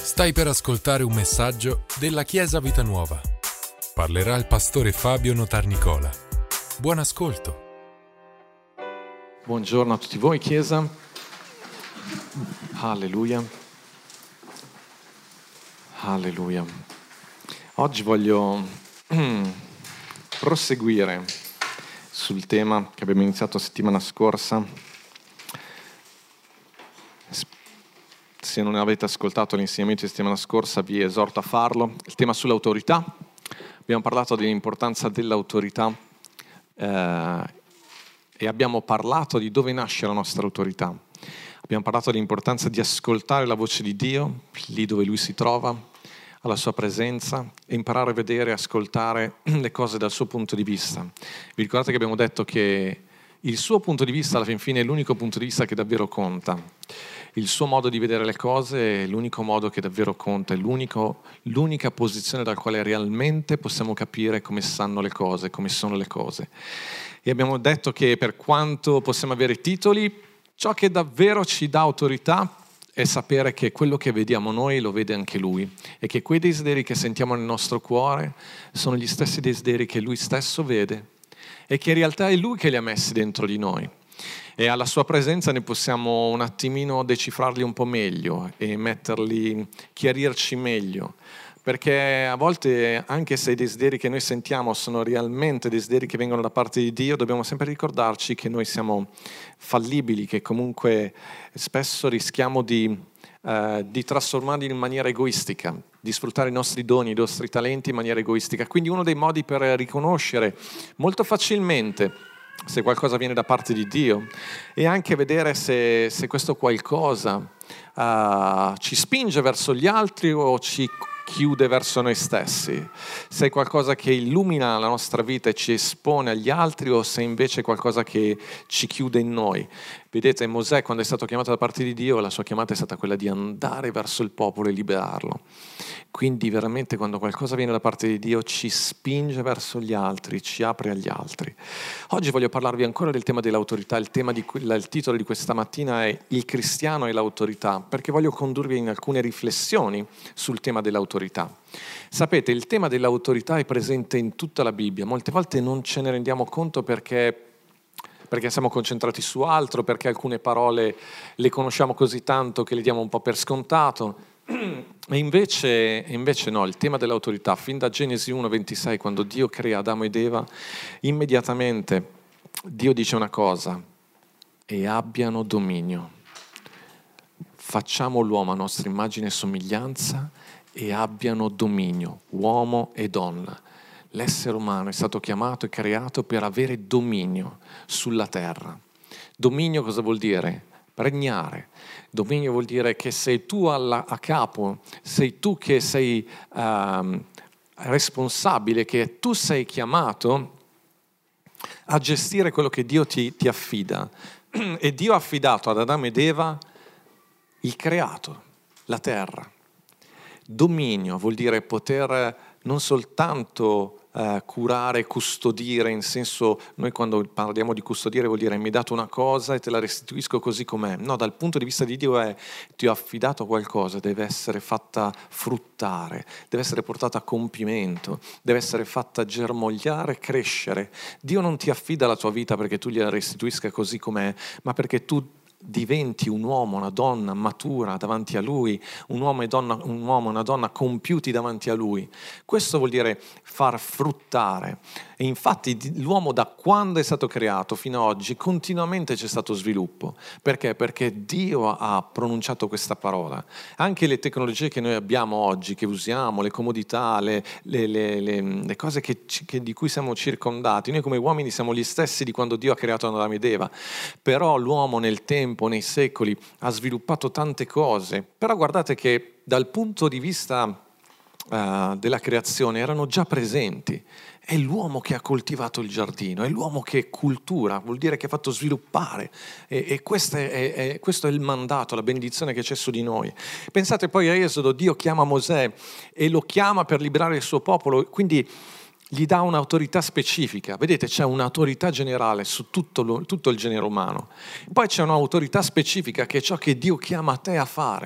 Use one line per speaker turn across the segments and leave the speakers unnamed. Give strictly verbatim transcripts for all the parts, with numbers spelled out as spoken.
Stai per ascoltare un messaggio della Chiesa Vita Nuova. Parlerà il pastore Fabio Notarnicola. Buon ascolto.
Buongiorno a tutti voi, Chiesa. Alleluia. Alleluia. Oggi voglio proseguire sul tema che abbiamo iniziato la settimana scorsa. Se non avete ascoltato l'insegnamento di settimana scorsa, vi esorto a farlo. Il tema sull'autorità. Abbiamo parlato dell'importanza dell'autorità eh, e abbiamo parlato di dove nasce la nostra autorità. Abbiamo parlato dell'importanza di ascoltare la voce di Dio, lì dove Lui si trova, alla sua presenza, e imparare a vedere e ascoltare le cose dal suo punto di vista. Vi ricordate che abbiamo detto che il suo punto di vista alla fin fine è l'unico punto di vista che davvero conta. Il suo modo di vedere le cose è l'unico modo che davvero conta, è l'unico, l'unica posizione dal quale realmente possiamo capire come stanno le cose, come sono le cose. E abbiamo detto che per quanto possiamo avere titoli, ciò che davvero ci dà autorità è sapere che quello che vediamo noi lo vede anche Lui e che quei desideri che sentiamo nel nostro cuore sono gli stessi desideri che Lui stesso vede e che in realtà è Lui che li ha messi dentro di noi. E alla sua presenza ne possiamo un attimino decifrarli un po' meglio e metterli, chiarirci meglio. Perché a volte, anche se i desideri che noi sentiamo sono realmente desideri che vengono da parte di Dio, dobbiamo sempre ricordarci che noi siamo fallibili, che comunque spesso rischiamo di, eh, di trasformarli in maniera egoistica, di sfruttare i nostri doni, i nostri talenti in maniera egoistica. Quindi uno dei modi per riconoscere molto facilmente se qualcosa viene da parte di Dio e anche vedere se, se questo qualcosa uh, ci spinge verso gli altri o ci chiude verso noi stessi, se è qualcosa che illumina la nostra vita e ci espone agli altri o se invece è qualcosa che ci chiude in noi. Vedete, Mosè, quando è stato chiamato da parte di Dio, la sua chiamata è stata quella di andare verso il popolo e liberarlo. Quindi veramente quando qualcosa viene da parte di Dio ci spinge verso gli altri, ci apre agli altri. Oggi voglio parlarvi ancora del tema dell'autorità. Il, tema di, il titolo di questa mattina è Il cristiano e l'autorità, perché voglio condurvi in alcune riflessioni sul tema dell'autorità. Sapete, il tema dell'autorità è presente in tutta la Bibbia. Molte volte non ce ne rendiamo conto perché perché siamo concentrati su altro, perché alcune parole le conosciamo così tanto che le diamo un po' per scontato. E invece, invece no, il tema dell'autorità, fin da Genesi uno ventisei, quando Dio crea Adamo ed Eva, immediatamente Dio dice una cosa: e abbiano dominio. Facciamo l'uomo a nostra immagine e somiglianza e abbiano dominio, uomo e donna. L'essere umano è stato chiamato e creato per avere dominio sulla terra. Dominio cosa vuol dire? Regnare. Dominio vuol dire che sei tu alla, a capo, sei tu che sei um, responsabile, che tu sei chiamato a gestire quello che Dio ti, ti affida. E Dio ha affidato ad Adamo ed Eva il creato, la terra. Dominio vuol dire poter non soltanto Uh, curare, custodire, in senso, noi quando parliamo di custodire vuol dire mi hai dato una cosa e te la restituisco così com'è. No, dal punto di vista di Dio è ti ho affidato qualcosa, deve essere fatta fruttare, deve essere portata a compimento, deve essere fatta germogliare, crescere. Dio non ti affida la tua vita perché tu gliela restituisca così com'è, ma perché tu diventi un uomo, una donna matura davanti a Lui, un uomo e donna, un uomo, una donna compiuti davanti a Lui. Questo vuol dire far fruttare. E infatti l'uomo, da quando è stato creato fino ad oggi, continuamente c'è stato sviluppo. Perché? Perché Dio ha pronunciato questa parola. Anche le tecnologie che noi abbiamo oggi, che usiamo, le comodità, le, le, le, le, le cose che, che, di cui siamo circondati, noi come uomini siamo gli stessi di quando Dio ha creato Adamo ed Eva. Però l'uomo nel tempo, nei secoli, ha sviluppato tante cose. Però guardate che dal punto di vista uh, della creazione erano già presenti. È l'uomo che ha coltivato il giardino, è l'uomo che cultura, vuol dire che ha fatto sviluppare. E, e questo, è, è, questo è il mandato, la benedizione che c'è su di noi. Pensate poi a Esodo, Dio chiama Mosè e lo chiama per liberare il suo popolo, quindi gli dà un'autorità specifica. Vedete, c'è un'autorità generale su tutto, lo, tutto il genere umano. Poi c'è un'autorità specifica che è ciò che Dio chiama a te a fare.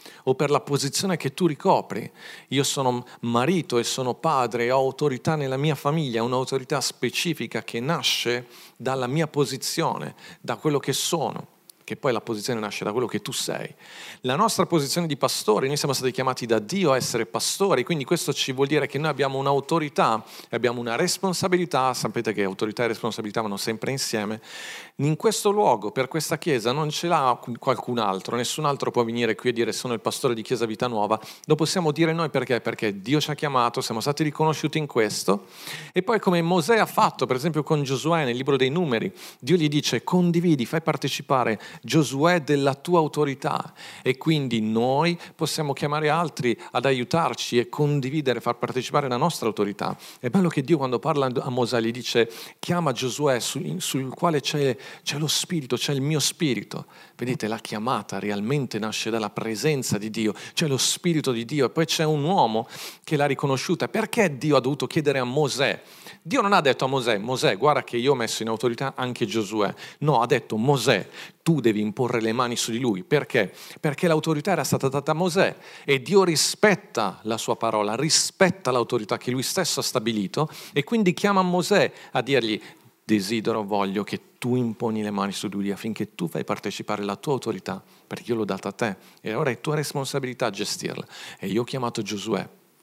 o per la posizione che tu ricopri. Io sono marito e sono padre e ho autorità nella mia famiglia, un'autorità specifica che nasce dalla mia posizione, da quello che sono, che poi la posizione nasce da quello che tu sei. La nostra posizione di pastori, noi siamo stati chiamati da Dio a essere pastori, quindi questo ci vuol dire che noi abbiamo un'autorità e abbiamo una responsabilità. Sapete che autorità e responsabilità vanno sempre insieme. In questo luogo, per questa chiesa, non ce l'ha qualcun altro, nessun altro può venire qui e dire sono il pastore di Chiesa Vita Nuova. Lo possiamo dire noi perché? Perché Dio ci ha chiamato, siamo stati riconosciuti in questo. E poi come Mosè ha fatto, per esempio con Giosuè nel libro dei Numeri, Dio gli dice condividi, fai partecipare Giosuè della tua autorità, e quindi noi possiamo chiamare altri ad aiutarci e condividere, far partecipare la nostra autorità. È bello che Dio quando parla a Mosè gli dice chiama Giosuè sul, sul quale c'è, c'è lo spirito, c'è il mio spirito. Vedete, la chiamata realmente nasce dalla presenza di Dio, c'è lo spirito di Dio e poi c'è un uomo che l'ha riconosciuta. Perché Dio ha dovuto chiedere a Mosè? Dio non ha detto a Mosè, Mosè guarda che io ho messo in autorità anche Giosuè. No, ha detto Mosè, tu devi imporre le mani su di lui. Perché? Perché l'autorità era stata data a Mosè e Dio rispetta la sua parola, rispetta l'autorità che lui stesso ha stabilito e quindi chiama Mosè a dirgli desidero, voglio che tu imponi le mani su di lui affinché tu fai partecipare la tua autorità, perché io l'ho data a te e ora è tua responsabilità gestirla. E io ho chiamato Giosuè.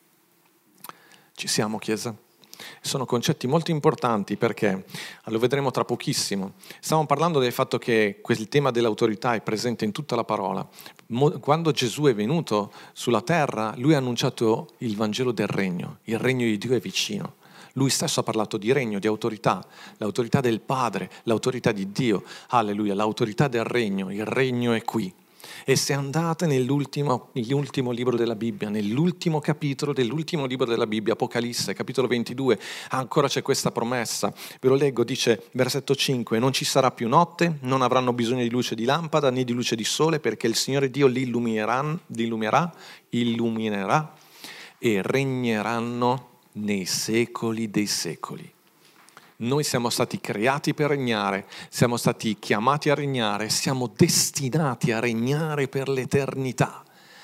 Ci siamo, Chiesa? Sono concetti molto importanti perché, lo vedremo tra pochissimo, stiamo parlando del fatto che quel tema dell'autorità è presente in tutta la parola. Quando Gesù è venuto sulla terra, lui ha annunciato il Vangelo del regno, il regno di Dio è vicino. Lui stesso ha parlato di regno, di autorità, l'autorità del Padre, l'autorità di Dio, alleluia, l'autorità del regno, il regno è qui. E se andate nell'ultimo, nell'ultimo libro della Bibbia, nell'ultimo capitolo dell'ultimo libro della Bibbia, Apocalisse, capitolo ventidue, ancora c'è questa promessa. Ve lo leggo, dice, versetto cinque, non ci sarà più notte, non avranno bisogno di luce di lampada né di luce di sole, perché il Signore Dio li illuminerà, illuminerà, illuminerà e regneranno nei secoli dei secoli. Noi siamo stati creati per regnare, siamo stati chiamati a regnare, siamo destinati a regnare per l'eternità.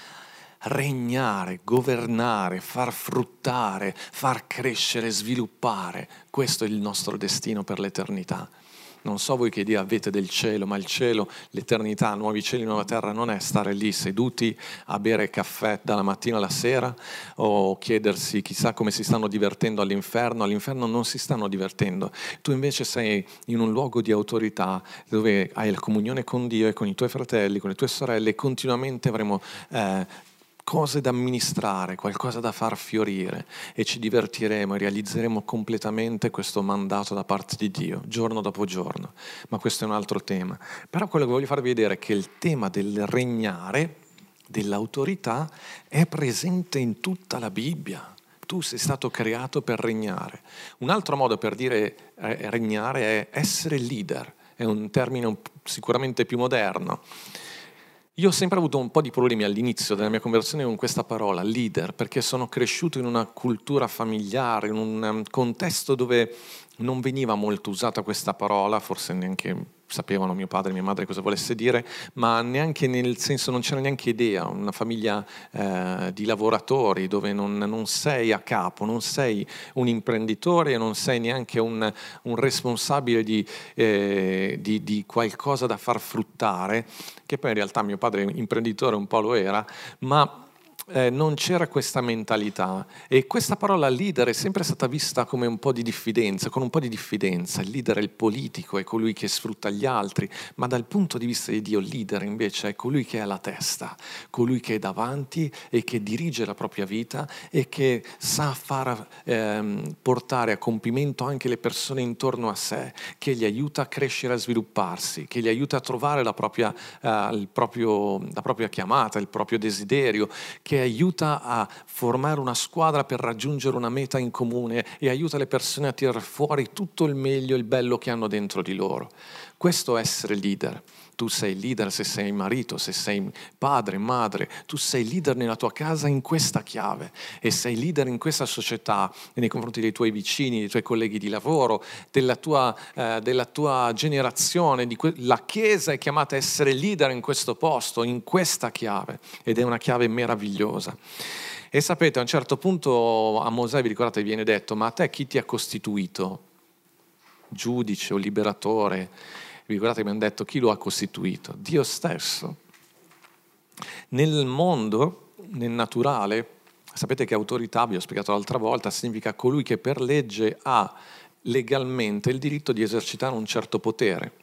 Regnare, governare, far fruttare, far crescere, sviluppare, questo è il nostro destino per l'eternità. Non so voi che idea avete del cielo, ma il cielo, l'eternità, nuovi cieli, nuova terra, non è stare lì seduti a bere caffè dalla mattina alla sera o chiedersi chissà come si stanno divertendo all'inferno. All'inferno non si stanno divertendo. Tu invece sei in un luogo di autorità dove hai la comunione con Dio e con i tuoi fratelli, con le tue sorelle e continuamente avremo eh, cose da amministrare, qualcosa da far fiorire e ci divertiremo e realizzeremo completamente questo mandato da parte di Dio, giorno dopo giorno. Ma questo è un altro tema. Però quello che voglio farvi vedere è che il tema del regnare, dell'autorità, è presente in tutta la Bibbia. Tu sei stato creato per regnare. Un altro modo per dire eh, regnare è essere leader, è un termine sicuramente più moderno. Io ho sempre avuto un po' di problemi all'inizio della mia conversione con questa parola, leader, perché sono cresciuto in una cultura familiare, in un contesto dove non veniva molto usata questa parola, forse neanche sapevano mio padre e mia madre cosa volesse dire, ma neanche nel senso non c'era neanche idea, una famiglia eh, di lavoratori dove non, non sei a capo, non sei un imprenditore, non sei neanche un, un responsabile di, eh, di, di qualcosa da far fruttare, che poi in realtà mio padre imprenditore un po' lo era, ma Eh, non c'era questa mentalità e questa parola leader è sempre stata vista come un po' di diffidenza, con un po' di diffidenza. Il leader è il politico, è colui che sfrutta gli altri, ma dal punto di vista di Dio il leader invece è colui che è alla testa, colui che è davanti e che dirige la propria vita e che sa far ehm, portare a compimento anche le persone intorno a sé, che gli aiuta a crescere, a svilupparsi, che gli aiuta a trovare la propria, eh, il proprio, la propria chiamata, il proprio desiderio, che aiuta a formare una squadra per raggiungere una meta in comune e aiuta le persone a tirare fuori tutto il meglio e il bello che hanno dentro di loro. Questo è essere leader. Tu sei leader se sei marito, se sei padre, madre, tu sei leader nella tua casa in questa chiave e sei leader in questa società nei confronti dei tuoi vicini, dei tuoi colleghi di lavoro, della tua, eh, della tua generazione. Di que- la Chiesa è chiamata a essere leader in questo posto, in questa chiave, ed è una chiave meravigliosa. E sapete, a un certo punto a Mosè, vi ricordate, viene detto: ma a te chi ti ha costituito? Giudice o liberatore? Vi ricordate che abbiamo detto chi lo ha costituito? Dio stesso. Nel mondo, nel naturale, sapete che autorità, vi ho spiegato l'altra volta, significa colui che per legge ha legalmente il diritto di esercitare un certo potere.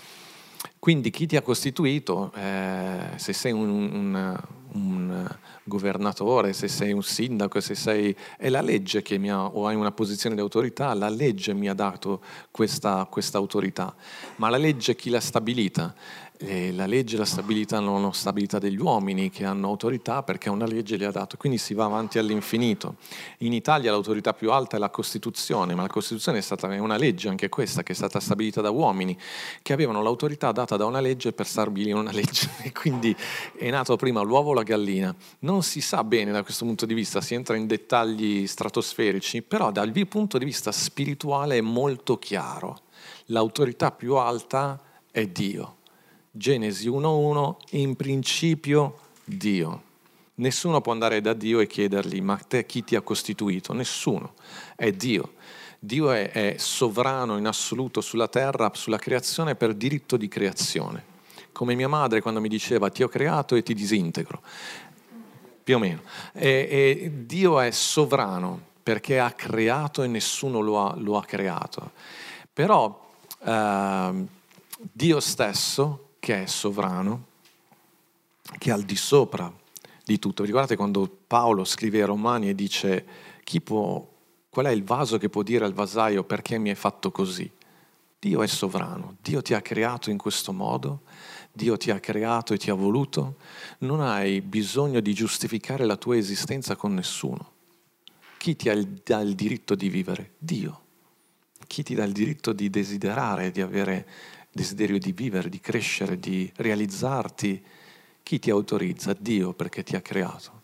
Quindi chi ti ha costituito, eh, se sei un, un, un governatore, se sei un sindaco, se sei, è la legge che mi ha, o hai una posizione di autorità, la legge mi ha dato questa, questa autorità. Ma la legge chi l'ha stabilita? E la legge la stabilita non la stabilità degli uomini che hanno autorità, perché una legge li ha dato, quindi si va avanti all'infinito. In Italia l'autorità più alta è la Costituzione, ma la Costituzione è stata una legge, anche questa, che è stata stabilita da uomini che avevano l'autorità data da una legge per stabilire una legge, e quindi è nato prima l'uovo o la gallina. Non si sa bene da questo punto di vista, si entra in dettagli stratosferici, però dal punto di vista spirituale è molto chiaro: l'autorità più alta è Dio. Genesi uno uno, in principio Dio. Nessuno può andare da Dio e chiedergli: ma te chi ti ha costituito? Nessuno, è Dio. Dio è, è sovrano in assoluto sulla terra, sulla creazione, per diritto di creazione. Come mia madre quando mi diceva: ti ho creato e ti disintegro. Più o meno. E, e Dio è sovrano perché ha creato e nessuno lo ha, lo ha creato. Però eh, Dio stesso, che è sovrano, che è al di sopra di tutto. Vi ricordate quando Paolo scrive ai Romani e dice: chi può, qual è il vaso che può dire al vasaio perché mi hai fatto così? Dio è sovrano, Dio ti ha creato in questo modo, Dio ti ha creato e ti ha voluto, non hai bisogno di giustificare la tua esistenza con nessuno. Chi ti dà il diritto di vivere? Dio. Chi ti dà il diritto di desiderare, di avere desiderio di vivere, di crescere, di realizzarti? Chi ti autorizza? Dio, perché ti ha creato.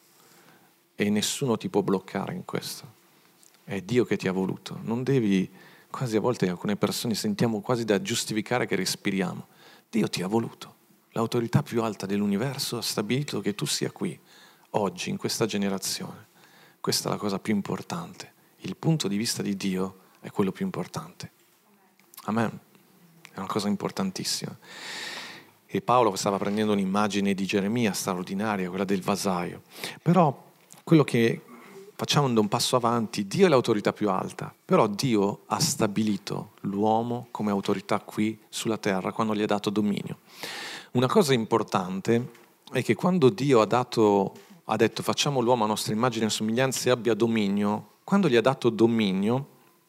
E nessuno ti può bloccare in questo. È Dio che ti ha voluto. Non devi, quasi a volte alcune persone sentiamo quasi da giustificare che respiriamo. Dio ti ha voluto. L'autorità più alta dell'universo ha stabilito che tu sia qui, oggi, in questa generazione. Questa è la cosa più importante. Il punto di vista di Dio è quello più importante. Amen. È una cosa importantissima. E Paolo stava prendendo un'immagine di Geremia straordinaria, quella del vasaio. Però quello che facciamo un passo avanti, Dio è l'autorità più alta, però Dio ha stabilito l'uomo come autorità qui sulla terra quando gli ha dato dominio. Una cosa importante è che quando Dio ha dato, ha detto facciamo l'uomo a nostra immagine e somiglianza e abbia dominio, quando gli ha dato dominio,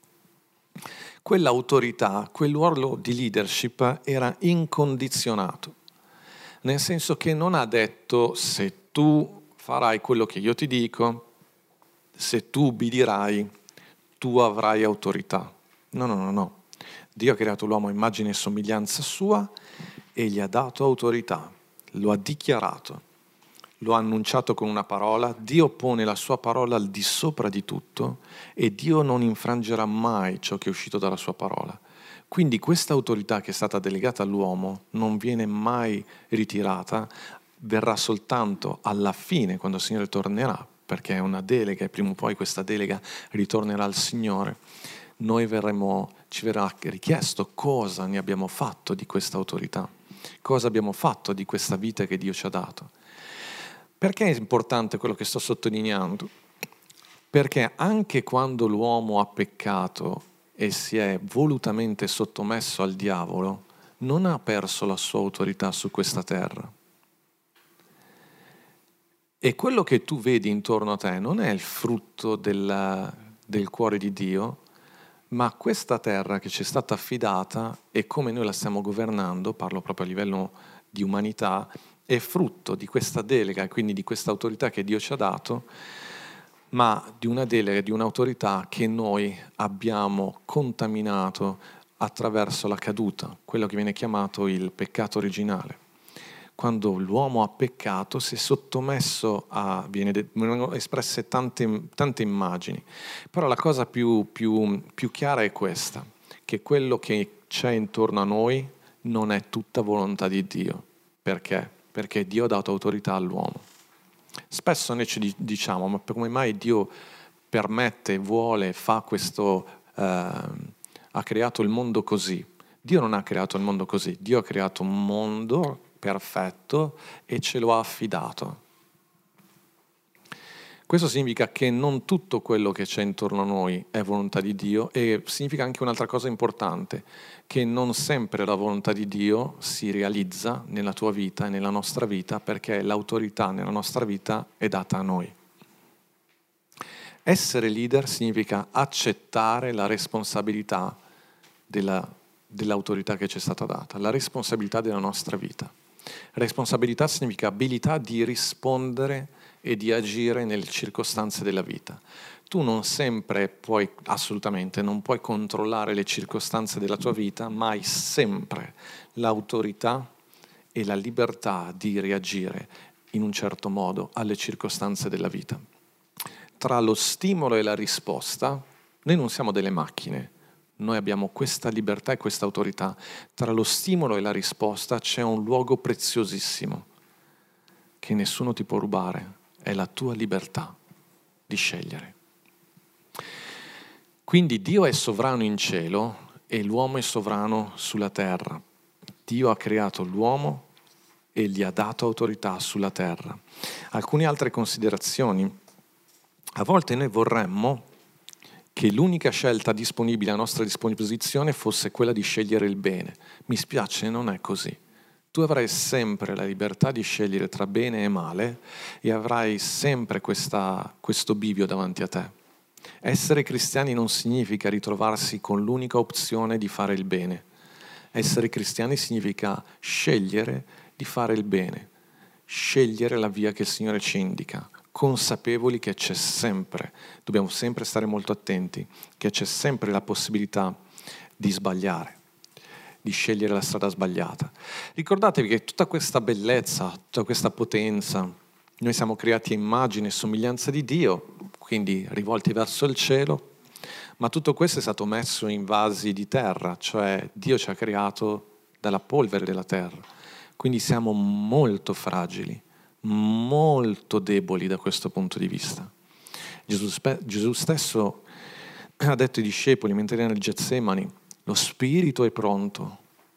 quell'autorità, quel ruolo di leadership era incondizionato, nel senso che non ha detto: se tu farai quello che io ti dico, se tu ubbidirai, tu avrai autorità. No, no, no, no. Dio ha creato l'uomo a immagine e somiglianza sua e gli ha dato autorità, lo ha dichiarato, lo ha annunciato con una parola. Dio pone la sua parola al di sopra di tutto e Dio non infrangerà mai ciò che è uscito dalla sua parola. Quindi questa autorità che è stata delegata all'uomo non viene mai ritirata, verrà soltanto alla fine, quando il Signore tornerà, perché è una delega e prima o poi questa delega ritornerà al Signore. Noi verremo, ci verrà richiesto cosa ne abbiamo fatto di questa autorità, cosa abbiamo fatto di questa vita che Dio ci ha dato. Perché è importante quello che sto sottolineando? Perché anche quando l'uomo ha peccato e si è volutamente sottomesso al diavolo, non ha perso la sua autorità su questa terra. E quello che tu vedi intorno a te non è il frutto del, del cuore di Dio, ma questa terra che ci è stata affidata e come noi la stiamo governando, parlo proprio a livello di umanità, è frutto di questa delega e quindi di questa autorità che Dio ci ha dato, ma di una delega, di un'autorità che noi abbiamo contaminato, attraverso la caduta, quello che viene chiamato il peccato originale. Quando l'uomo ha peccato si è sottomesso a, viene de, vengono espresse tante, tante immagini, però la cosa più, più, più chiara è questa, che quello che c'è intorno a noi non è tutta volontà di Dio. Perché? Perché Dio ha dato autorità all'uomo. Spesso noi ci diciamo, ma come mai Dio permette, vuole, fa questo, eh, ha creato il mondo così? Dio non ha creato il mondo così, Dio ha creato un mondo perfetto e ce lo ha affidato. Questo significa che non tutto quello che c'è intorno a noi è volontà di Dio, e significa anche un'altra cosa importante, che non sempre la volontà di Dio si realizza nella tua vita e nella nostra vita, perché l'autorità nella nostra vita è data a noi. Essere leader significa accettare la responsabilità della, dell'autorità che ci è stata data, la responsabilità della nostra vita. Responsabilità significa abilità di rispondere e di agire nelle circostanze della vita. Tu non sempre puoi, assolutamente, non puoi controllare le circostanze della tua vita, ma hai sempre l'autorità e la libertà di reagire in un certo modo alle circostanze della vita. Tra lo stimolo e la risposta, noi non siamo delle macchine. Noi abbiamo questa libertà e questa autorità. Tra lo stimolo e la risposta c'è un luogo preziosissimo che nessuno ti può rubare, è la tua libertà di scegliere. Quindi Dio è sovrano in cielo e l'uomo è sovrano sulla terra. Dio ha creato l'uomo e gli ha dato autorità sulla terra. Alcune altre considerazioni. A volte noi vorremmo che l'unica scelta disponibile a nostra disposizione fosse quella di scegliere il bene. Mi spiace, non è così. Tu avrai sempre la libertà di scegliere tra bene e male e avrai sempre questa, questo bivio davanti a te. Essere cristiani non significa ritrovarsi con l'unica opzione di fare il bene. Essere cristiani significa scegliere di fare il bene, scegliere la via che il Signore ci indica, consapevoli che c'è sempre, dobbiamo sempre stare molto attenti, che c'è sempre la possibilità di sbagliare, di scegliere la strada sbagliata. Ricordatevi che tutta questa bellezza, tutta questa potenza, noi siamo creati a immagine e somiglianza di Dio, quindi rivolti verso il cielo, ma tutto questo è stato messo in vasi di terra, cioè Dio ci ha creato dalla polvere della terra, quindi siamo molto fragili, molto deboli da questo punto di vista. Gesù, Gesù stesso ha detto ai discepoli mentre era nel Getsemani: lo spirito è pronto,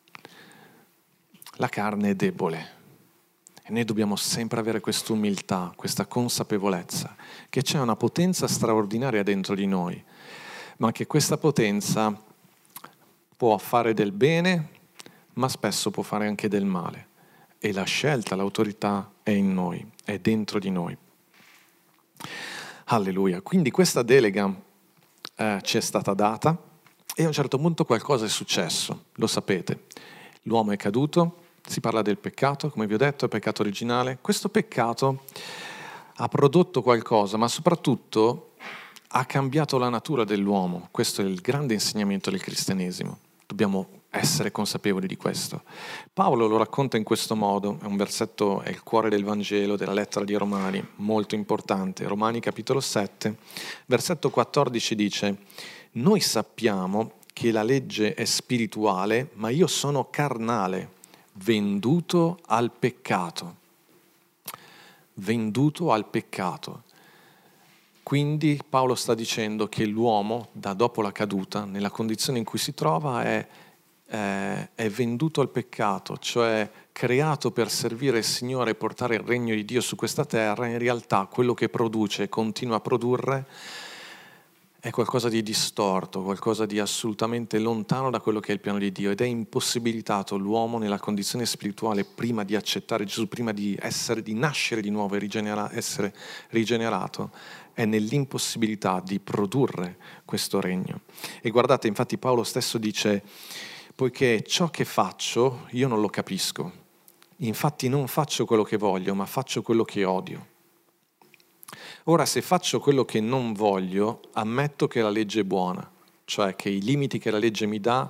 la carne è debole. E noi dobbiamo sempre avere questa umiltà, questa consapevolezza che c'è una potenza straordinaria dentro di noi, ma che questa potenza può fare del bene, ma spesso può fare anche del male. E la scelta, l'autorità è in noi, è dentro di noi. Alleluia. Quindi questa delega eh, ci è stata data e a un certo punto qualcosa è successo, lo sapete. L'uomo è caduto, si parla del peccato, come vi ho detto, è peccato originale. Questo peccato ha prodotto qualcosa, ma soprattutto ha cambiato la natura dell'uomo. Questo è il grande insegnamento del cristianesimo. Dobbiamo essere consapevoli di questo. Paolo lo racconta in questo modo, è un versetto, è il cuore del Vangelo, della lettera di Romani, molto importante. Romani capitolo sette, versetto quattordici dice: noi sappiamo che la legge è spirituale, ma io sono carnale, venduto al peccato. Venduto al peccato. Quindi Paolo sta dicendo che l'uomo, da dopo la caduta, nella condizione in cui si trova, è, è, è venduto al peccato, cioè creato per servire il Signore e portare il regno di Dio su questa terra. In realtà quello che produce e continua a produrre è qualcosa di distorto, qualcosa di assolutamente lontano da quello che è il piano di Dio, ed è impossibilitato l'uomo nella condizione spirituale prima di accettare Gesù, prima di essere, di nascere di nuovo e rigenera, essere rigenerato, è nell'impossibilità di produrre questo regno. E guardate, infatti Paolo stesso dice: poiché ciò che faccio io non lo capisco, infatti non faccio quello che voglio, ma faccio quello che odio. Ora, se faccio quello che non voglio, ammetto che la legge è buona, cioè che i limiti che la legge mi dà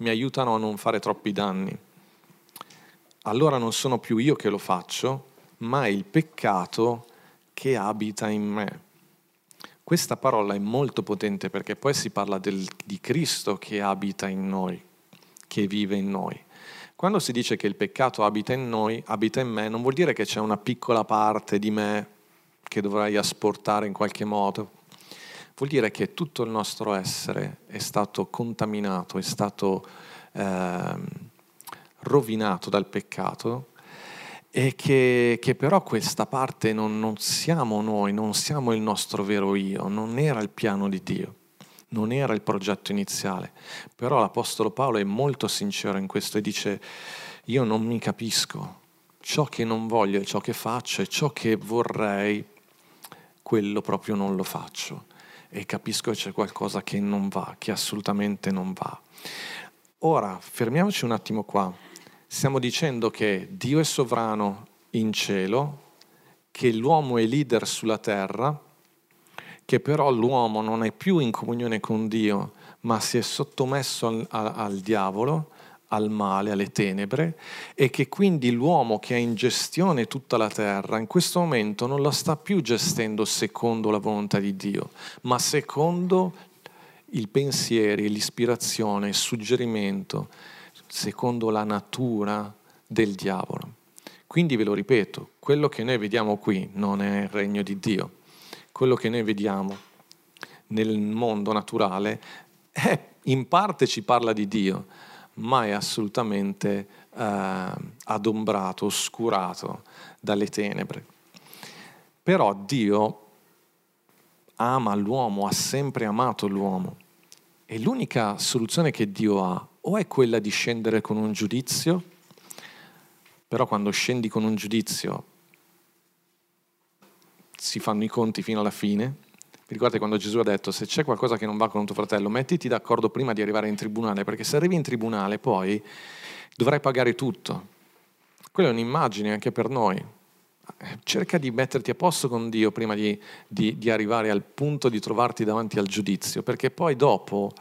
mi aiutano a non fare troppi danni. Allora non sono più io che lo faccio, ma è il peccato che abita in me. Questa parola è molto potente perché poi si parla del, di Cristo che abita in noi, che vive in noi. Quando si dice che il peccato abita in noi, abita in me, non vuol dire che c'è una piccola parte di me che dovrei asportare in qualche modo. Vuol dire che tutto il nostro essere è stato contaminato, è stato eh, rovinato dal peccato e che, che però questa parte non, non siamo noi, non siamo il nostro vero io, non era il piano di Dio, non era il progetto iniziale. Però l'Apostolo Paolo è molto sincero in questo e dice: io non mi capisco, ciò che non voglio è ciò che faccio e ciò che vorrei, quello proprio non lo faccio. E capisco che c'è qualcosa che non va, che assolutamente non va. Ora, fermiamoci un attimo qua. Stiamo dicendo che Dio è sovrano in cielo, che l'uomo è leader sulla terra, che però l'uomo non è più in comunione con Dio, ma si è sottomesso al, al, al diavolo, al male, alle tenebre, e che quindi l'uomo che ha in gestione tutta la terra in questo momento non la sta più gestendo secondo la volontà di Dio, ma secondo i pensieri, l'ispirazione, il suggerimento, secondo la natura del diavolo. Quindi ve lo ripeto, quello che noi vediamo qui non è il regno di Dio. Quello che noi vediamo nel mondo naturale è, in parte ci parla di Dio, ma è assolutamente eh, adombrato, oscurato dalle tenebre. Però Dio ama l'uomo, ha sempre amato l'uomo. E l'unica soluzione che Dio ha o è quella di scendere con un giudizio, però quando scendi con un giudizio si fanno i conti fino alla fine. Vi ricordate quando Gesù ha detto: se c'è qualcosa che non va con tuo fratello, mettiti d'accordo prima di arrivare in tribunale, perché se arrivi in tribunale poi dovrai pagare tutto. Quella è un'immagine anche per noi. Cerca di metterti a posto con Dio prima di, di, di arrivare al punto di trovarti davanti al giudizio, perché poi dopo,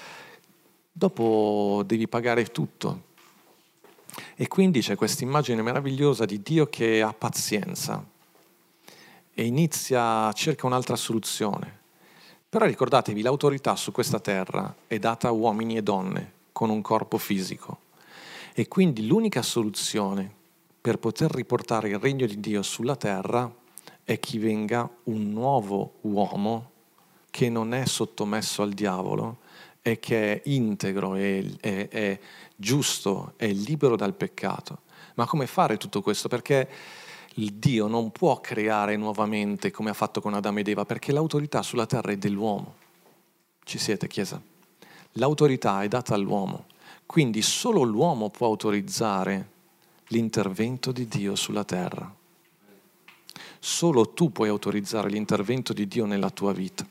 dopo devi pagare tutto. E quindi c'è questa immagine meravigliosa di Dio che ha pazienza e inizia, cerca un'altra soluzione. Però ricordatevi, l'autorità su questa terra è data a uomini e donne con un corpo fisico. E quindi l'unica soluzione per poter riportare il regno di Dio sulla terra è che venga un nuovo uomo che non è sottomesso al diavolo e che è integro, è, è, è giusto, è libero dal peccato. Ma come fare tutto questo? Perché il Dio non può creare nuovamente come ha fatto con Adamo ed Eva, perché l'autorità sulla terra è dell'uomo. Ci siete, Chiesa? L'autorità è data all'uomo, quindi solo l'uomo può autorizzare l'intervento di Dio sulla terra. Solo tu puoi autorizzare l'intervento di Dio nella tua vita.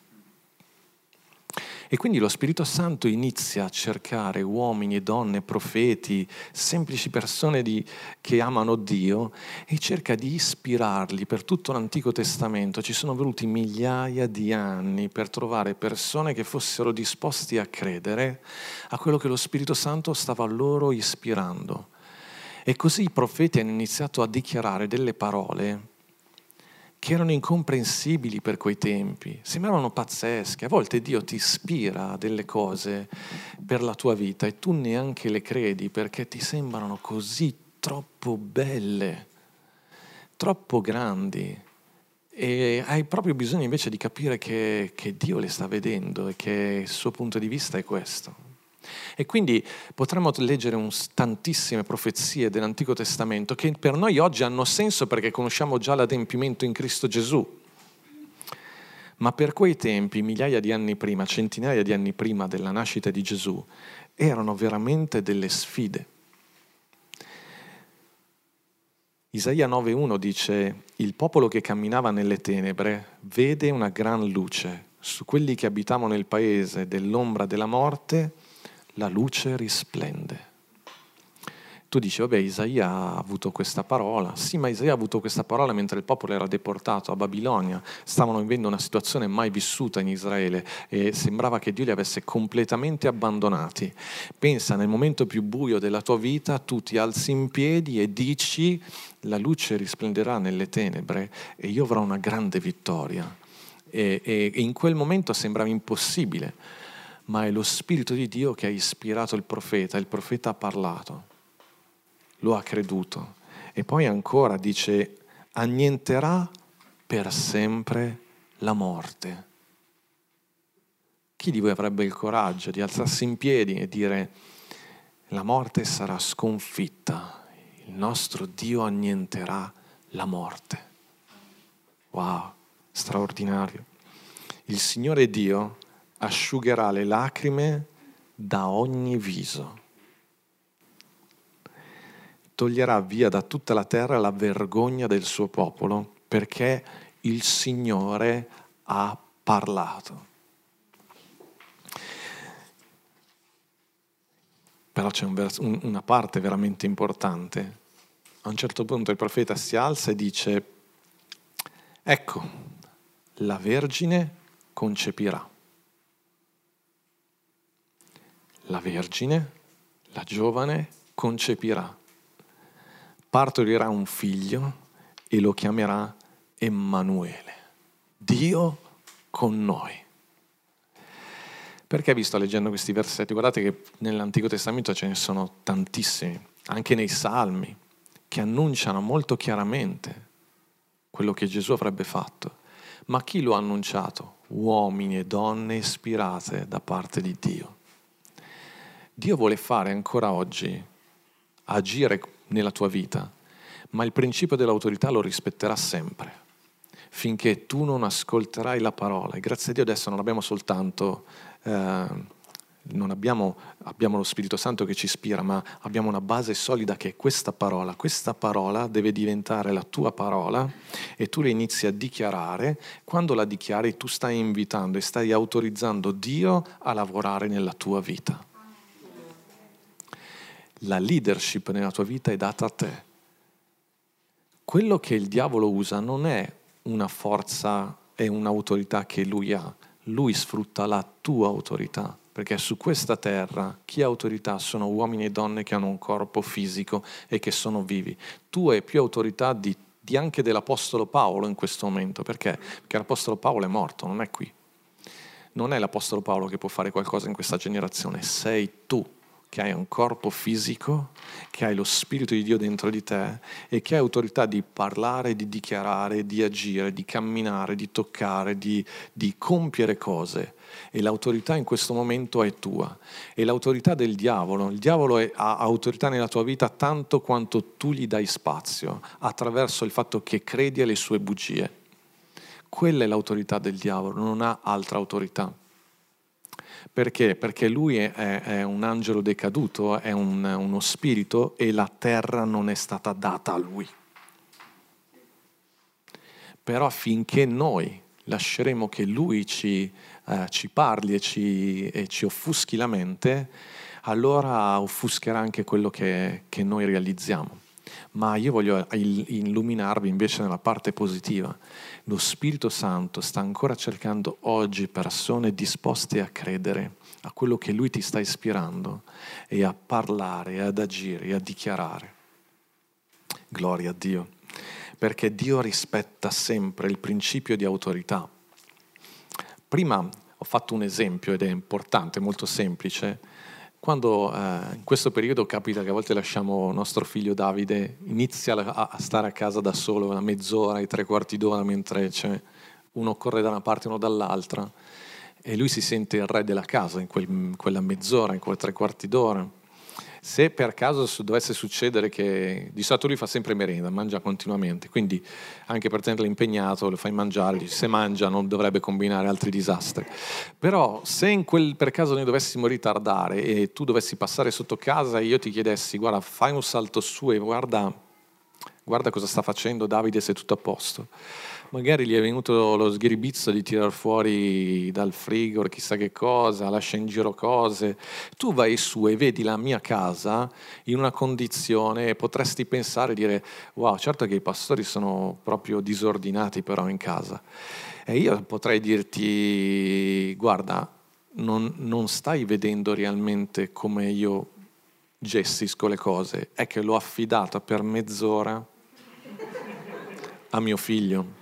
E quindi lo Spirito Santo inizia a cercare uomini e donne, profeti, semplici persone di, che amano Dio, e cerca di ispirarli per tutto l'Antico Testamento. Ci sono voluti migliaia di anni per trovare persone che fossero disposti a credere a quello che lo Spirito Santo stava loro ispirando. E così i profeti hanno iniziato a dichiarare delle parole che erano incomprensibili per quei tempi, sembravano pazzesche. A volte Dio ti ispira a delle cose per la tua vita e tu neanche le credi perché ti sembrano così troppo belle, troppo grandi, e hai proprio bisogno invece di capire che, che Dio le sta vedendo e che il suo punto di vista è questo. E quindi potremmo leggere un, tantissime profezie dell'Antico Testamento che per noi oggi hanno senso perché conosciamo già l'adempimento in Cristo Gesù. Ma per quei tempi, migliaia di anni prima, centinaia di anni prima della nascita di Gesù, erano veramente delle sfide. Isaia nove uno dice: il popolo che camminava nelle tenebre vede una gran luce. Su quelli che abitavano nel paese dell'ombra della morte la luce risplende. Tu dici, vabbè, Isaia ha avuto questa parola. Sì, ma Isaia ha avuto questa parola mentre il popolo era deportato a Babilonia. Stavano vivendo una situazione mai vissuta in Israele e sembrava che Dio li avesse completamente abbandonati. Pensa, nel momento più buio della tua vita, tu ti alzi in piedi e dici, la luce risplenderà nelle tenebre e io avrò una grande vittoria. E, e, e in quel momento sembrava impossibile, ma è lo Spirito di Dio che ha ispirato il profeta, il profeta ha parlato. Lo ha creduto. E poi ancora dice, annienterà per sempre la morte. Chi di voi avrebbe il coraggio di alzarsi in piedi e dire, la morte sarà sconfitta, il nostro Dio annienterà la morte. Wow, straordinario. Il Signore Dio asciugherà le lacrime da ogni viso. Toglierà via da tutta la terra la vergogna del suo popolo, perché il Signore ha parlato. Però c'è un vers- un, una parte veramente importante. A un certo punto il profeta si alza e dice, ecco, la Vergine concepirà. La Vergine, la giovane, concepirà. Partorirà un figlio e lo chiamerà Emmanuele, Dio con noi. Perché vi sto leggendo questi versetti? Guardate che nell'Antico Testamento ce ne sono tantissimi, anche nei Salmi, che annunciano molto chiaramente quello che Gesù avrebbe fatto. Ma chi lo ha annunciato? Uomini e donne ispirate da parte di Dio. Dio vuole fare ancora oggi, agire nella tua vita, ma il principio dell'autorità lo rispetterà sempre, finché tu non ascolterai la parola. E grazie a Dio adesso non abbiamo soltanto, eh, non abbiamo, abbiamo lo Spirito Santo che ci ispira, ma abbiamo una base solida che è questa parola. Questa parola deve diventare la tua parola e tu la inizi a dichiarare. Quando la dichiari tu stai invitando e stai autorizzando Dio a lavorare nella tua vita. La leadership nella tua vita è data a te. Quello che il diavolo usa non è una forza e un'autorità che lui ha. Lui sfrutta la tua autorità, perché su questa terra chi ha autorità sono uomini e donne che hanno un corpo fisico e che sono vivi. Tu hai più autorità di, di anche dell'Apostolo Paolo in questo momento. Perché? Perché l'Apostolo Paolo è morto, non è qui. Non è l'Apostolo Paolo che può fare qualcosa in questa generazione, sei tu che hai un corpo fisico, che hai lo Spirito di Dio dentro di te e che hai autorità di parlare, di dichiarare, di agire, di camminare, di toccare, di, di compiere cose. E l'autorità in questo momento è tua. E l'autorità del diavolo, il diavolo è, ha autorità nella tua vita tanto quanto tu gli dai spazio, attraverso il fatto che credi alle sue bugie. Quella è l'autorità del diavolo, non ha altra autorità. Perché? Perché lui è, è, è un angelo decaduto, è un, uno spirito e la terra non è stata data a lui. Però finché noi lasceremo che lui ci, eh, ci parli e ci, e ci offuschi la mente, allora offuscherà anche quello che, che noi realizziamo. Ma io voglio illuminarvi invece nella parte positiva. Lo Spirito Santo sta ancora cercando oggi persone disposte a credere a quello che Lui ti sta ispirando e a parlare, e ad agire, e a dichiarare. Gloria a Dio. Perché Dio rispetta sempre il principio di autorità. Prima ho fatto un esempio ed è importante, molto semplice. Quando eh, in questo periodo capita che a volte lasciamo nostro figlio Davide, inizia a, a stare a casa da solo una mezz'ora, i tre quarti d'ora, mentre c'è uno corre da una parte e uno dall'altra, e lui si sente il re della casa in, quel, in quella mezz'ora, in quei tre quarti d'ora. Se per caso dovesse succedere che, di solito lui fa sempre merenda, mangia continuamente, quindi anche per tenerlo impegnato lo fai mangiare, se mangia non dovrebbe combinare altri disastri. Però se in quel, per caso noi dovessimo ritardare e tu dovessi passare sotto casa e io ti chiedessi, guarda, fai un salto su e guarda, guarda cosa sta facendo Davide, se è tutto a posto. magari gli è venuto lo sghiribizzo di tirar fuori dal frigo chissà che cosa, lascia in giro cose. Tu vai su e vedi la mia casa in una condizione e potresti pensare e dire wow, certo che i pastori sono proprio disordinati però in casa. E io potrei dirti guarda, non, non stai vedendo realmente come io gestisco le cose, è che l'ho affidata per mezz'ora a mio figlio.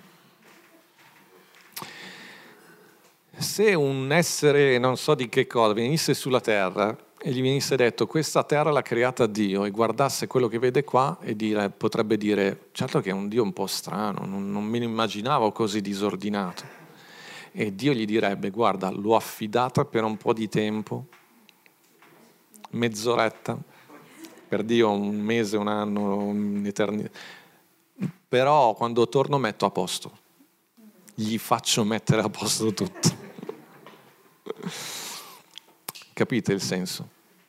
Se un essere non so di che cosa venisse sulla terra e gli venisse detto questa terra l'ha creata Dio e guardasse quello che vede qua e dire, potrebbe dire certo che è un Dio un po' strano, non, non me lo immaginavo così disordinato. E Dio gli direbbe guarda, l'ho affidata per un po' di tempo, mezz'oretta, per Dio un mese, un anno, un'eternità, però quando torno metto a posto, gli faccio mettere a posto tutto. Capite il senso?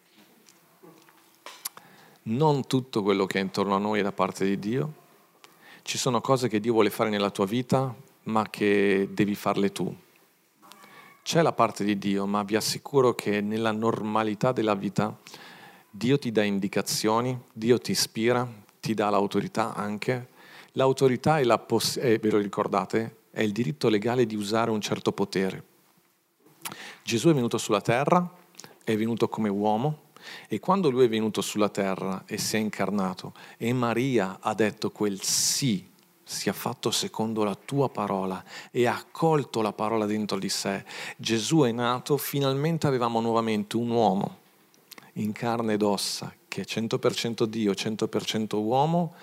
Non tutto quello che è intorno a noi è da parte di Dio. Ci sono cose che Dio vuole fare nella tua vita, ma che devi farle tu. C'è la parte di Dio, ma vi assicuro che nella normalità della vita Dio ti dà indicazioni, Dio ti ispira, ti dà l'autorità anche. L'autorità è la poss- eh, ve lo ricordate? È il diritto legale di usare un certo potere. Gesù è venuto sulla terra, è venuto come uomo, e quando lui è venuto sulla terra e si è incarnato, e Maria ha detto quel sì, sia fatto secondo la tua parola, e ha accolto la parola dentro di sé, Gesù è nato, finalmente avevamo nuovamente un uomo in carne ed ossa, che è cento per cento Dio, cento per cento uomo,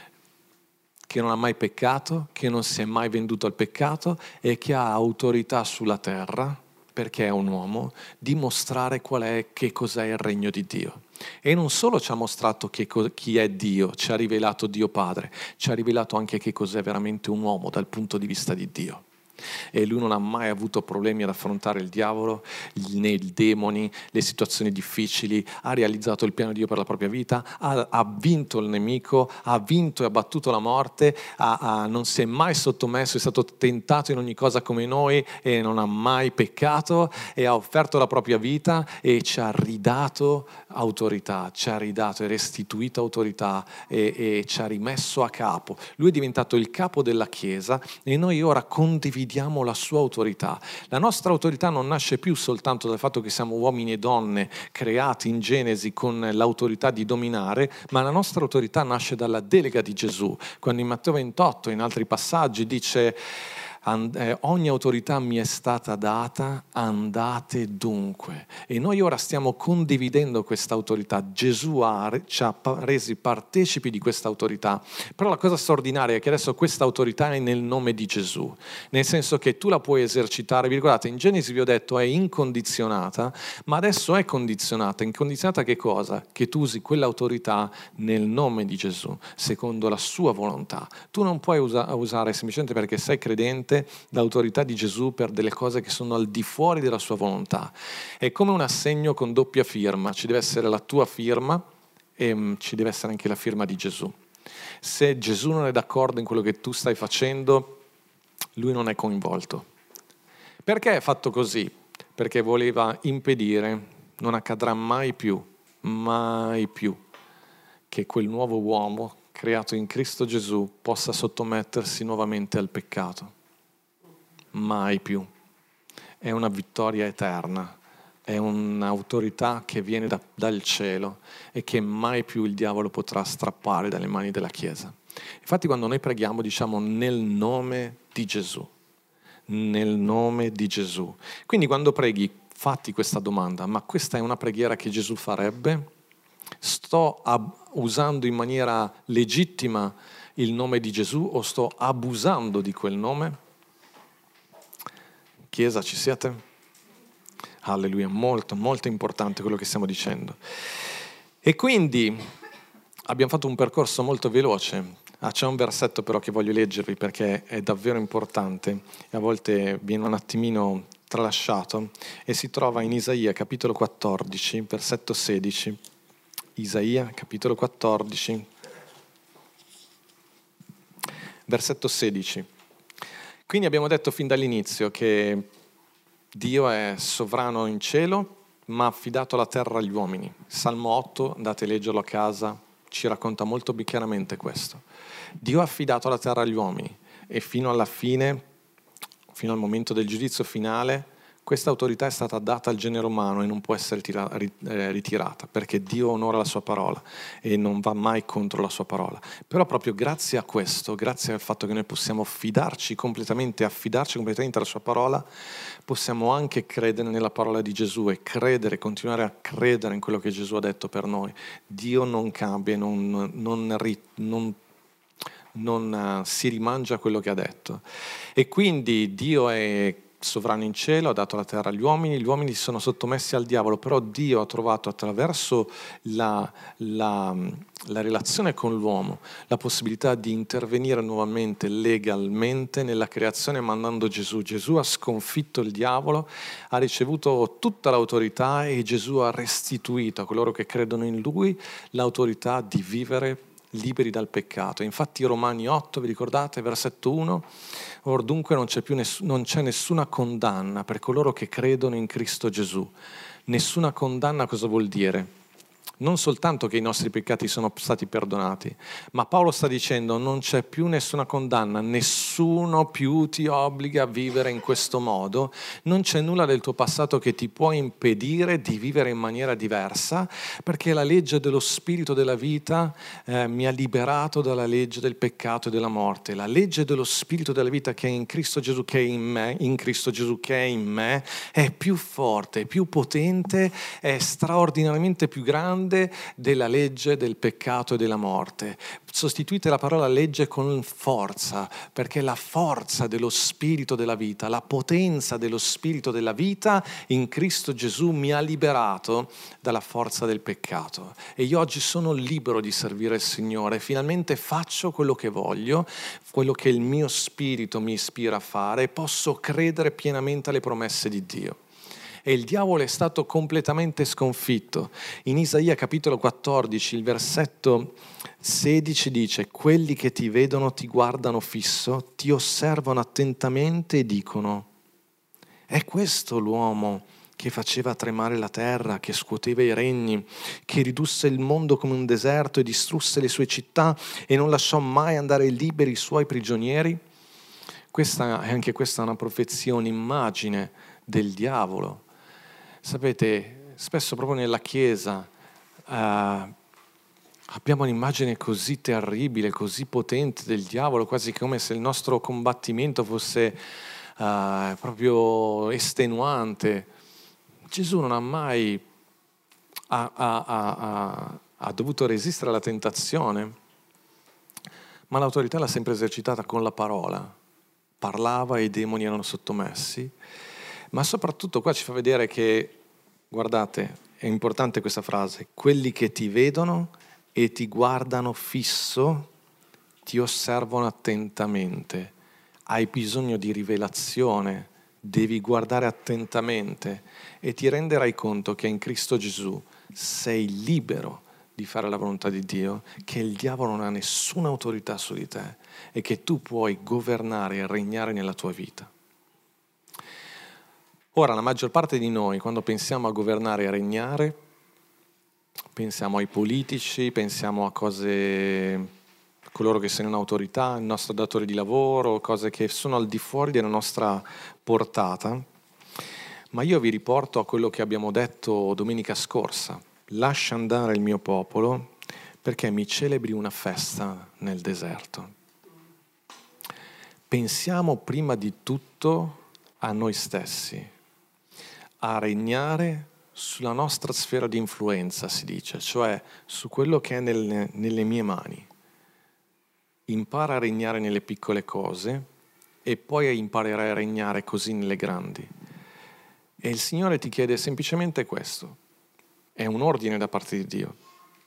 che non ha mai peccato, che non si è mai venduto al peccato e che ha autorità sulla terra, perché è un uomo, di mostrare qual è, che cos'è il regno di Dio. E non solo ci ha mostrato che, chi è Dio, ci ha rivelato Dio Padre, ci ha rivelato anche che cos'è veramente un uomo dal punto di vista di Dio. E lui non ha mai avuto problemi ad affrontare il diavolo, né i demoni, le situazioni difficili, ha realizzato il piano di Dio per la propria vita, ha, ha vinto il nemico, ha vinto e ha battuto la morte, ha, ha, non si è mai sottomesso, è stato tentato in ogni cosa come noi e non ha mai peccato e ha offerto la propria vita e ci ha ridato autorità, ci ha ridato e restituito autorità e, e ci ha rimesso a capo. Lui è diventato il capo della Chiesa e noi ora condividiamo diamo la sua autorità. La nostra autorità non nasce più soltanto dal fatto che siamo uomini e donne creati in Genesi con l'autorità di dominare, ma la nostra autorità nasce dalla delega di Gesù. Quando in Matteo ventotto, in altri passaggi, dice ogni autorità mi è stata data, andate dunque. E noi ora stiamo condividendo questa autorità. Gesù ha, ci ha resi partecipi di questa autorità. Però la cosa straordinaria è che adesso questa autorità è nel nome di Gesù, nel senso che tu la puoi esercitare. Vi ricordate, in Genesi vi ho detto è incondizionata, ma adesso è condizionata. Incondizionata che cosa? Che tu usi quell'autorità nel nome di Gesù, secondo la sua volontà. Tu non puoi usa- usare semplicemente perché sei credente l'autorità di Gesù per delle cose che sono al di fuori della sua volontà. È come un assegno con doppia firma, ci deve essere la tua firma e um, ci deve essere anche la firma di Gesù. Se Gesù non è d'accordo in quello che tu stai facendo, lui non è coinvolto. Perché è fatto così? Perché voleva impedire, non accadrà mai più, mai più, che quel nuovo uomo creato in Cristo Gesù possa sottomettersi nuovamente al peccato. Mai più. È una vittoria eterna, è un'autorità che viene da, dal cielo e che mai più il diavolo potrà strappare dalle mani della Chiesa. Infatti quando noi preghiamo diciamo nel nome di Gesù, nel nome di Gesù. Quindi quando preghi fatti questa domanda, ma questa è una preghiera che Gesù farebbe? Sto ab- usando in maniera legittima il nome di Gesù o sto abusando di quel nome? Chiesa, ci siete? Alleluia, molto, molto importante quello che stiamo dicendo. E quindi abbiamo fatto un percorso molto veloce. Ah, c'è un versetto però che voglio leggervi perché è davvero importante e a volte viene un attimino tralasciato e si trova in Isaia capitolo quattordici, versetto sedici. Isaia capitolo quattordici, versetto sedici. Quindi abbiamo detto fin dall'inizio che Dio è sovrano in cielo, ma ha affidato la terra agli uomini. Salmo otto, andate a leggerlo a casa, ci racconta molto chiaramente questo. Dio ha affidato la terra agli uomini e fino alla fine, fino al momento del giudizio finale, questa autorità è stata data al genere umano e non può essere tira- ritirata, perché Dio onora la sua parola e non va mai contro la sua parola. Però proprio grazie a questo, grazie al fatto che noi possiamo fidarci completamente, affidarci completamente alla sua parola, possiamo anche credere nella parola di Gesù e credere, continuare a credere in quello che Gesù ha detto per noi. Dio non cambia, non, non, non, non uh, si rimangia quello che ha detto. E quindi Dio è sovrano in cielo, ha dato la terra agli uomini, gli uomini si sono sottomessi al diavolo, però Dio ha trovato attraverso la, la, la relazione con l'uomo la possibilità di intervenire nuovamente legalmente nella creazione mandando Gesù. Gesù ha sconfitto il diavolo, ha ricevuto tutta l'autorità e Gesù ha restituito a coloro che credono in Lui l'autorità di vivere liberi dal peccato. Infatti Romani otto, vi ricordate, versetto uno? Or dunque non c'è più ness- non c'è nessuna condanna per coloro che credono in Cristo Gesù. Nessuna condanna cosa vuol dire? Non soltanto che i nostri peccati sono stati perdonati, ma Paolo sta dicendo non c'è più nessuna condanna, nessuno più ti obbliga a vivere in questo modo, non c'è nulla del tuo passato che ti può impedire di vivere in maniera diversa, perché la legge dello spirito della vita eh, mi ha liberato dalla legge del peccato e della morte. La legge dello spirito della vita che è in Cristo Gesù, che è in me, in Cristo Gesù che è in me, è più forte, più potente, è straordinariamente più grande della legge del peccato e della morte. Sostituite la parola legge con forza, perché la forza dello spirito della vita, la potenza dello spirito della vita in Cristo Gesù mi ha liberato dalla forza del peccato. E io oggi sono libero di servire il Signore, finalmente faccio quello che voglio, quello che il mio spirito mi ispira a fare e posso credere pienamente alle promesse di Dio. E il diavolo è stato completamente sconfitto. In Isaia capitolo quattordici, il versetto sedici dice: quelli che ti vedono ti guardano fisso, ti osservano attentamente e dicono: è questo l'uomo che faceva tremare la terra, che scuoteva i regni, che ridusse il mondo come un deserto e distrusse le sue città e non lasciò mai andare liberi i suoi prigionieri? Questa è anche questa una profezia, un'immagine del diavolo. Sapete, spesso proprio nella Chiesa eh, abbiamo un'immagine così terribile, così potente del diavolo, quasi come se il nostro combattimento fosse eh, proprio estenuante. Gesù non ha mai ha, ha, ha, ha dovuto resistere alla tentazione, ma l'autorità l'ha sempre esercitata con la parola. Parlava e i demoni erano sottomessi. Ma soprattutto qua ci fa vedere che, guardate, è importante questa frase: quelli che ti vedono e ti guardano fisso, ti osservano attentamente. Hai bisogno di rivelazione, devi guardare attentamente e ti renderai conto che in Cristo Gesù sei libero di fare la volontà di Dio, che il diavolo non ha nessuna autorità su di te e che tu puoi governare e regnare nella tua vita. Ora, la maggior parte di noi, quando pensiamo a governare e a regnare, pensiamo ai politici, pensiamo a cose, coloro che sono in autorità, il nostro datore di lavoro, cose che sono al di fuori della nostra portata. Ma io vi riporto a quello che abbiamo detto domenica scorsa: lascia andare il mio popolo perché mi celebri una festa nel deserto. Pensiamo prima di tutto a noi stessi, a regnare sulla nostra sfera di influenza, si dice, cioè su quello che è nelle, nelle mie mani. Impara a regnare nelle piccole cose e poi imparerai a regnare così nelle grandi. E il Signore ti chiede semplicemente questo. È un ordine da parte di Dio.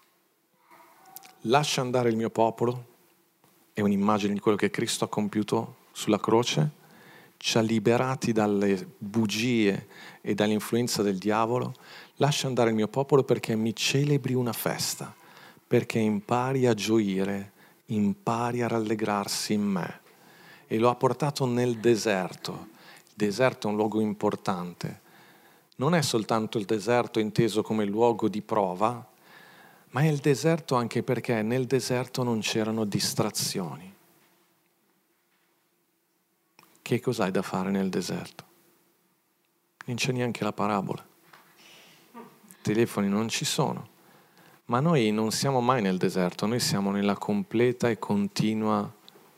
Lascia andare il mio popolo, è un'immagine di quello che Cristo ha compiuto sulla croce, ci ha liberati dalle bugie e dall'influenza del diavolo. Lascia andare il mio popolo perché mi celebri una festa, perché impari a gioire, impari a rallegrarsi in me. e lo ha portato nel deserto. Il deserto è un luogo importante. Non è soltanto il deserto inteso come luogo di prova, ma è il deserto anche perché nel deserto non c'erano distrazioni. Che cos'hai da fare nel deserto? Non c'è neanche la parabola. Telefoni non ci sono. Ma noi non siamo mai nel deserto, noi siamo nella completa e continua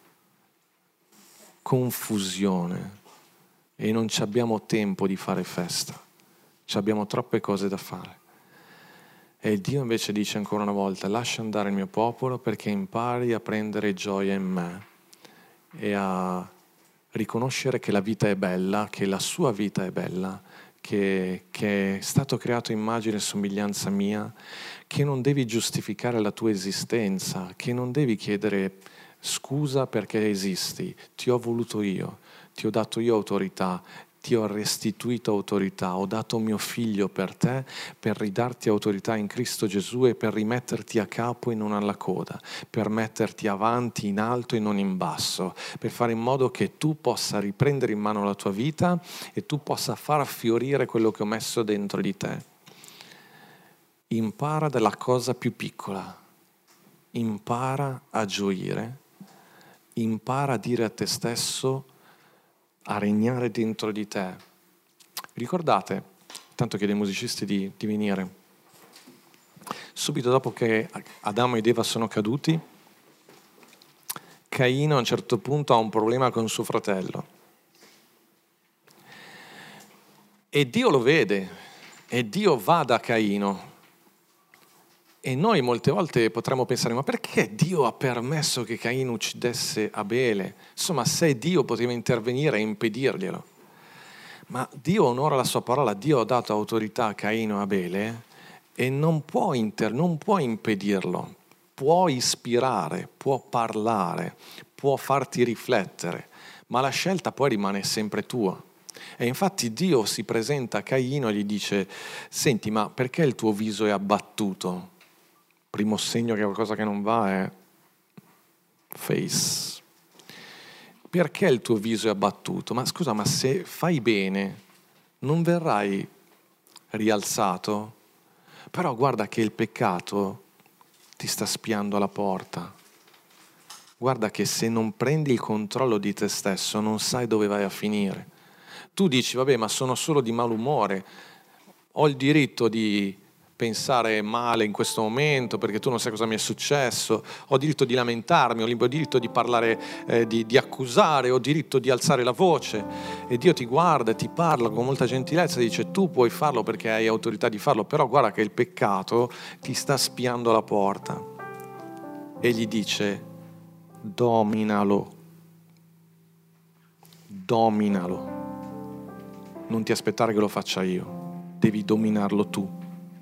confusione e non ci abbiamo tempo di fare festa. Ci abbiamo troppe cose da fare. E Dio invece dice ancora una volta: lascia andare il mio popolo perché impari a prendere gioia in me e a riconoscere che la vita è bella, che la sua vita è bella, che, che è stato creato immagine e somiglianza mia, che non devi giustificare la tua esistenza, che non devi chiedere scusa perché esisti, ti ho voluto io, ti ho dato io autorità, ti ho restituito autorità, ho dato mio figlio per te, per ridarti autorità in Cristo Gesù e per rimetterti a capo e non alla coda, per metterti avanti in alto e non in basso, per fare in modo che tu possa riprendere in mano la tua vita e tu possa far fiorire quello che ho messo dentro di te. Impara dalla cosa più piccola, impara a gioire, impara a dire a te stesso, a regnare dentro di te. Ricordate, tanto chiedo ai musicisti di, di venire, subito dopo che Adamo ed Eva sono caduti, Caino a un certo punto ha un problema con suo fratello e Dio lo vede e Dio va da Caino. E noi molte volte potremmo pensare: ma perché Dio ha permesso che Caino uccidesse Abele? Insomma, se Dio poteva intervenire e impedirglielo. Ma Dio onora la sua parola, Dio ha dato autorità a Caino e Abele e non può, inter- non può impedirlo, può ispirare, può parlare, può farti riflettere, ma la scelta poi rimane sempre tua. E infatti Dio si presenta a Caino e gli dice: senti, ma perché il tuo viso è abbattuto? Primo segno che qualcosa che non va è face. Perché il tuo viso è abbattuto? Ma scusa, ma se fai bene non verrai rialzato? Però guarda che il peccato ti sta spiando alla porta. Guarda che se non prendi il controllo di te stesso non sai dove vai a finire. Tu dici: vabbè, ma sono solo di malumore, ho il diritto di pensare male in questo momento perché tu non sai cosa mi è successo, ho diritto di lamentarmi, ho diritto di parlare, eh, di, di accusare, ho diritto di alzare la voce. E Dio ti guarda e ti parla con molta gentilezza e dice: tu puoi farlo perché hai autorità di farlo, però guarda che il peccato ti sta spiando alla porta. E gli dice: dominalo, dominalo, non ti aspettare che lo faccia io, devi dominarlo tu.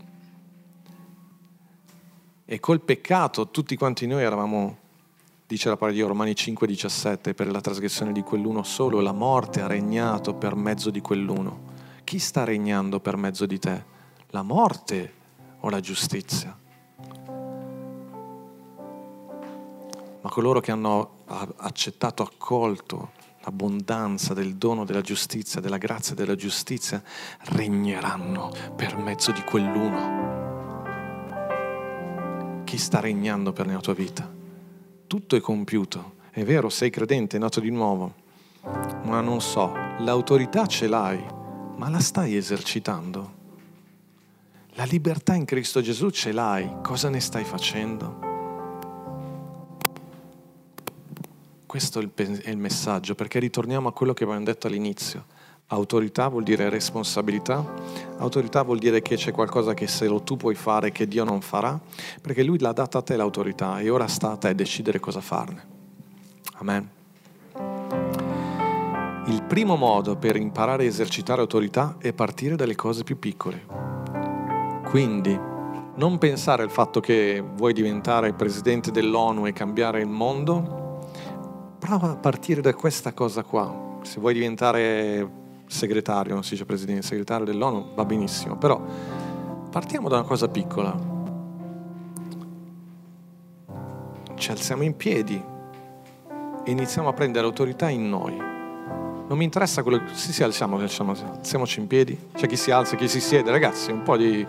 E col peccato tutti quanti noi eravamo, dice la parola di Dio, Romani cinque diciassette, per la trasgressione di quell'uno solo la morte ha regnato per mezzo di quell'uno. Chi sta regnando per mezzo di te? La morte o la giustizia? Ma coloro che hanno accettato, accolto l'abbondanza del dono della giustizia, della grazia della giustizia, regneranno per mezzo di quell'uno. Chi sta regnando per la tua vita? Tutto è compiuto. È vero, sei credente, è nato di nuovo, ma non so, l'autorità ce l'hai, ma la stai esercitando? La libertà in Cristo Gesù ce l'hai, cosa ne stai facendo? Questo è il, è il messaggio, perché ritorniamo a quello che abbiamo detto all'inizio. Autorità vuol dire responsabilità, autorità vuol dire che c'è qualcosa che solo tu puoi fare che Dio non farà, perché Lui l'ha data a te l'autorità e ora sta a te decidere cosa farne. Amen. Il primo modo per imparare a esercitare autorità è partire dalle cose più piccole. Quindi non pensare al fatto che vuoi diventare presidente dell'ONU e cambiare il mondo, prova a partire da questa cosa qua. Se vuoi diventare segretario, non si dice presidente, segretario dell'ONU, va benissimo, però partiamo da una cosa piccola. Ci alziamo in piedi e iniziamo a prendere autorità in noi. Non mi interessa quello che... Sì, sì, alziamo, alziamo, alziamoci in piedi. C'è chi si alza, chi si siede. Ragazzi, un po' di...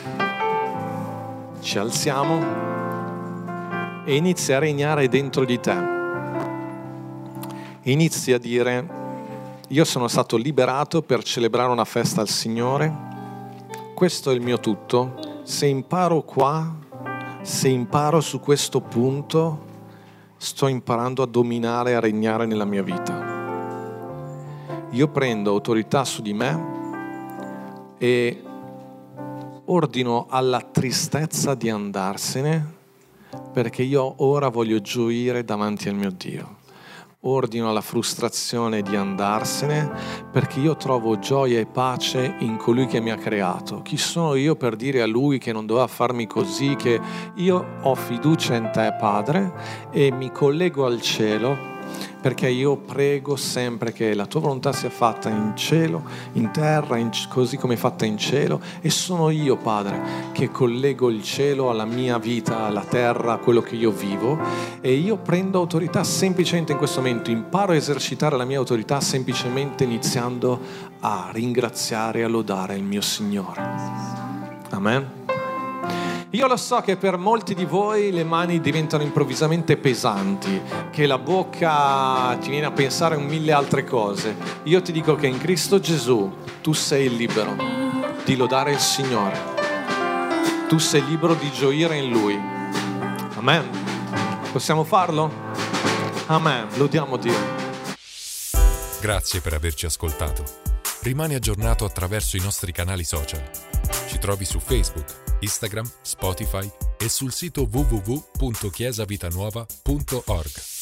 Ci alziamo e inizia a regnare dentro di te. Inizi a dire: io sono stato liberato per celebrare una festa al Signore. Questo è il mio tutto. Se imparo qua, se imparo su questo punto, sto imparando a dominare e a regnare nella mia vita. Io prendo autorità su di me e ordino alla tristezza di andarsene, perché io ora voglio gioire davanti al mio Dio. Ordino alla frustrazione di andarsene, perché io trovo gioia e pace in colui che mi ha creato. Chi sono io per dire a lui che non doveva farmi così? Che io ho fiducia in te, Padre, e mi collego al cielo, perché io prego sempre che la tua volontà sia fatta in cielo, in terra, in, così come è fatta in cielo, e sono io, Padre, che collego il cielo alla mia vita, alla terra, a quello che io vivo, e io prendo autorità semplicemente in questo momento, imparo a esercitare la mia autorità semplicemente iniziando a ringraziare e a lodare il mio Signore. Amen. Io lo so che per molti di voi le mani diventano improvvisamente pesanti, che la bocca ti viene a pensare a mille altre cose. Io ti dico che in Cristo Gesù tu sei libero di lodare il Signore. Tu sei libero di gioire in Lui. Amen. Possiamo farlo? Amen. Lodiamo Dio.
Grazie per averci ascoltato. Rimani aggiornato attraverso i nostri canali social. Ci trovi su Facebook, Instagram, Spotify e sul sito w w w punto chiesa vita nuova punto org.